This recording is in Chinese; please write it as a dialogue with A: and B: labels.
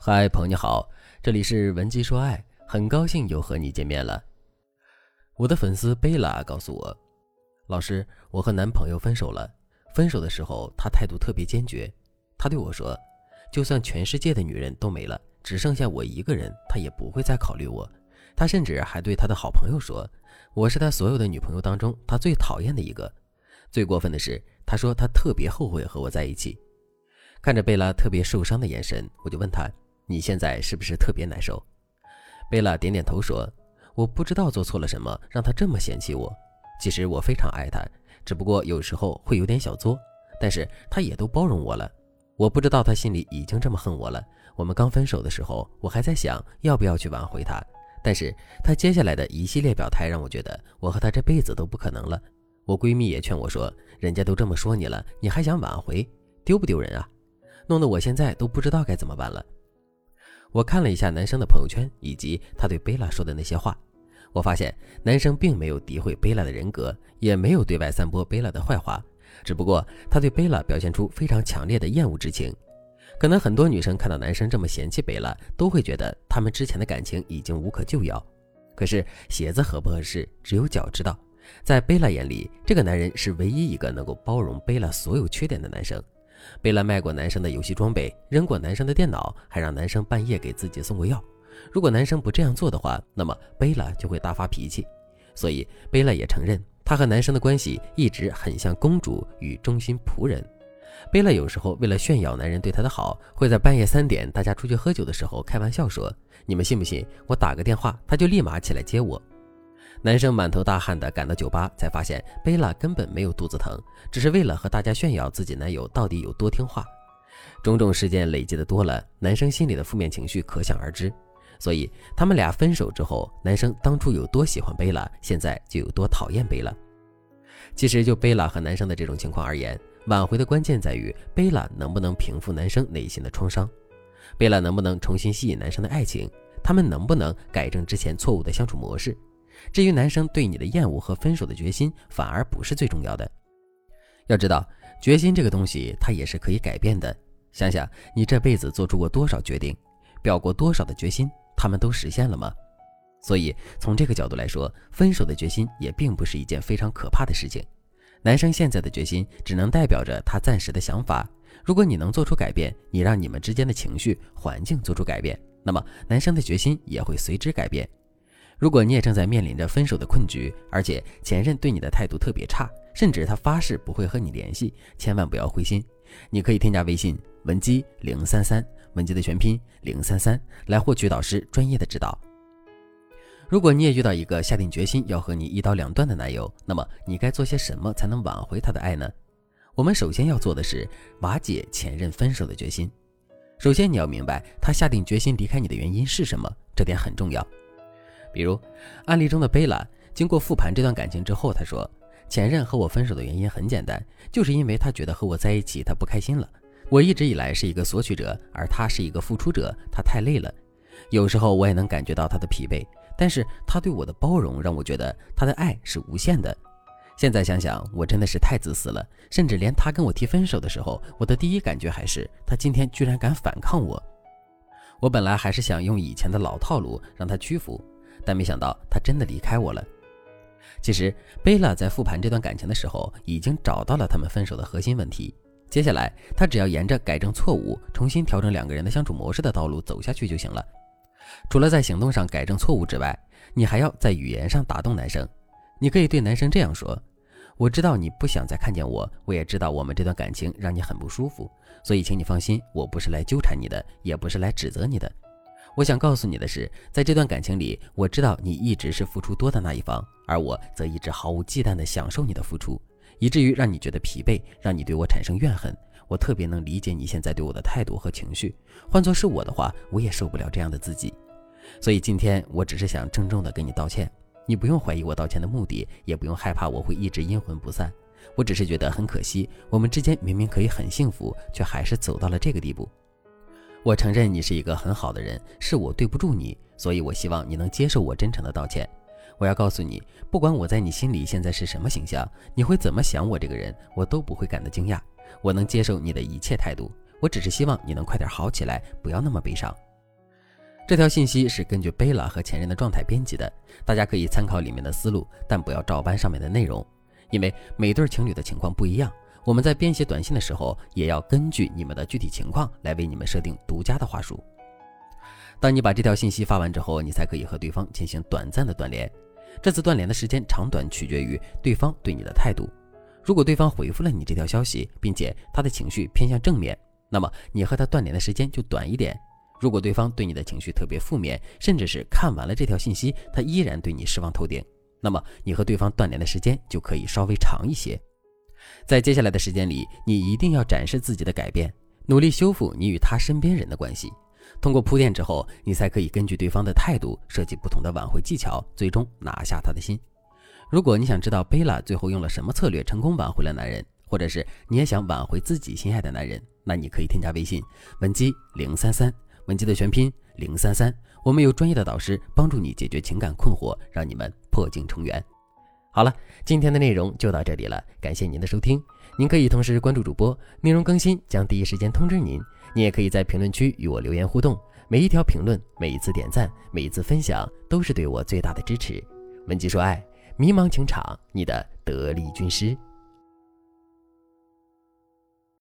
A: 嗨，朋友你好，这里是文姬说爱，很高兴又和你见面了。我的粉丝贝拉告诉我，老师，我和男朋友分手了。分手的时候，他态度特别坚决。他对我说，就算全世界的女人都没了，只剩下我一个人，他也不会再考虑我。他甚至还对他的好朋友说，我是他所有的女朋友当中他最讨厌的一个。最过分的是，他说他特别后悔和我在一起。看着贝拉特别受伤的眼神，我就问他，你现在是不是特别难受？贝拉点点头说，我不知道做错了什么让他这么嫌弃我。其实我非常爱他，只不过有时候会有点小作，但是他也都包容我了。我不知道他心里已经这么恨我了。我们刚分手的时候，我还在想要不要去挽回他，但是他接下来的一系列表态让我觉得我和他这辈子都不可能了。我闺蜜也劝我说，人家都这么说你了，你还想挽回，丢不丢人啊？弄得我现在都不知道该怎么办了。我看了一下男生的朋友圈以及他对贝拉说的那些话，我发现男生并没有诋毁贝拉的人格，也没有对外散播贝拉的坏话，只不过他对贝拉表现出非常强烈的厌恶之情。可能很多女生看到男生这么嫌弃贝拉，都会觉得他们之前的感情已经无可救药。可是鞋子合不合适，只有脚知道。在贝拉眼里，这个男人是唯一一个能够包容贝拉所有缺点的男生。贝拉卖过男生的游戏装备，扔过男生的电脑，还让男生半夜给自己送过药。如果男生不这样做的话，那么贝拉就会大发脾气。所以贝拉也承认，她和男生的关系一直很像公主与忠心仆人。贝拉有时候为了炫耀男人对她的好，会在半夜3点大家出去喝酒的时候开玩笑说，你们信不信我打个电话他就立马起来接我。男生满头大汗地赶到酒吧，才发现贝拉根本没有肚子疼，只是为了和大家炫耀自己男友到底有多听话。种种事件累积的多了，男生心里的负面情绪可想而知。所以他们俩分手之后，男生当初有多喜欢贝拉，现在就有多讨厌贝拉。其实就贝拉和男生的这种情况而言，挽回的关键在于贝拉能不能平复男生内心的创伤，贝拉能不能重新吸引男生的爱情，他们能不能改正之前错误的相处模式。至于男生对你的厌恶和分手的决心，反而不是最重要的。要知道，决心这个东西它也是可以改变的。想想你这辈子做出过多少决定，表过多少的决心，他们都实现了吗？所以从这个角度来说，分手的决心也并不是一件非常可怕的事情。男生现在的决心只能代表着他暂时的想法，如果你能做出改变，你让你们之间的情绪环境做出改变，那么男生的决心也会随之改变。如果你也正在面临着分手的困局，而且前任对你的态度特别差，甚至他发誓不会和你联系，千万不要灰心。你可以添加微信文姬033，文姬的全拼033，来获取导师专业的指导。如果你也遇到一个下定决心要和你一刀两断的男友，那么你该做些什么才能挽回他的爱呢？我们首先要做的是瓦解前任分手的决心。首先你要明白他下定决心离开你的原因是什么，这点很重要。比如案例中的贝拉，经过复盘这段感情之后，他说，前任和我分手的原因很简单，就是因为他觉得和我在一起他不开心了。我一直以来是一个索取者，而他是一个付出者，他太累了。有时候我也能感觉到他的疲惫，但是他对我的包容让我觉得他的爱是无限的。现在想想，我真的是太自私了，甚至连他跟我提分手的时候，我的第一感觉还是他今天居然敢反抗我。我本来还是想用以前的老套路让他屈服，但没想到他真的离开我了。其实贝拉在复盘这段感情的时候，已经找到了他们分手的核心问题，接下来他只要沿着改正错误，重新调整两个人的相处模式的道路走下去就行了。除了在行动上改正错误之外，你还要在语言上打动男生。你可以对男生这样说，我知道你不想再看见我，我也知道我们这段感情让你很不舒服，所以请你放心，我不是来纠缠你的，也不是来指责你的。我想告诉你的是，在这段感情里，我知道你一直是付出多的那一方，而我则一直毫无忌惮地享受你的付出，以至于让你觉得疲惫，让你对我产生怨恨。我特别能理解你现在对我的态度和情绪，换作是我的话，我也受不了这样的自己。所以今天我只是想郑重地跟你道歉，你不用怀疑我道歉的目的，也不用害怕我会一直阴魂不散。我只是觉得很可惜，我们之间明明可以很幸福，却还是走到了这个地步。我承认你是一个很好的人，是我对不住你，所以我希望你能接受我真诚的道歉。我要告诉你，不管我在你心里现在是什么形象，你会怎么想我这个人，我都不会感到惊讶。我能接受你的一切态度，我只是希望你能快点好起来，不要那么悲伤。 这条信息是根据贝拉和前任的状态编辑的，大家可以参考里面的思路，但不要照搬上面的内容，因为每对情侣的情况不一样，我们在编写短信的时候也要根据你们的具体情况来为你们设定独家的话术。当你把这条信息发完之后，你才可以和对方进行短暂的断联，这次断联的时间长短取决于对方对你的态度。如果对方回复了你这条消息，并且他的情绪偏向正面，那么你和他断联的时间就短一点。如果对方对你的情绪特别负面，甚至是看完了这条信息他依然对你失望透顶，那么你和对方断联的时间就可以稍微长一些。在接下来的时间里，你一定要展示自己的改变，努力修复你与他身边人的关系。通过铺垫之后，你才可以根据对方的态度设计不同的挽回技巧，最终拿下他的心。如果你想知道贝拉最后用了什么策略成功挽回了男人，或者是你也想挽回自己心爱的男人，那你可以添加微信文姬033，文姬的全拼033，我们有专业的导师帮助你解决情感困惑，让你们破镜重圆。好了，今天的内容就到这里了，感谢您的收听。您可以同时关注主播，内容更新将第一时间通知您。你也可以在评论区与我留言互动，每一条评论，每一次点赞，每一次分享，都是对我最大的支持。文姬说爱，迷茫情场，你的得力军师。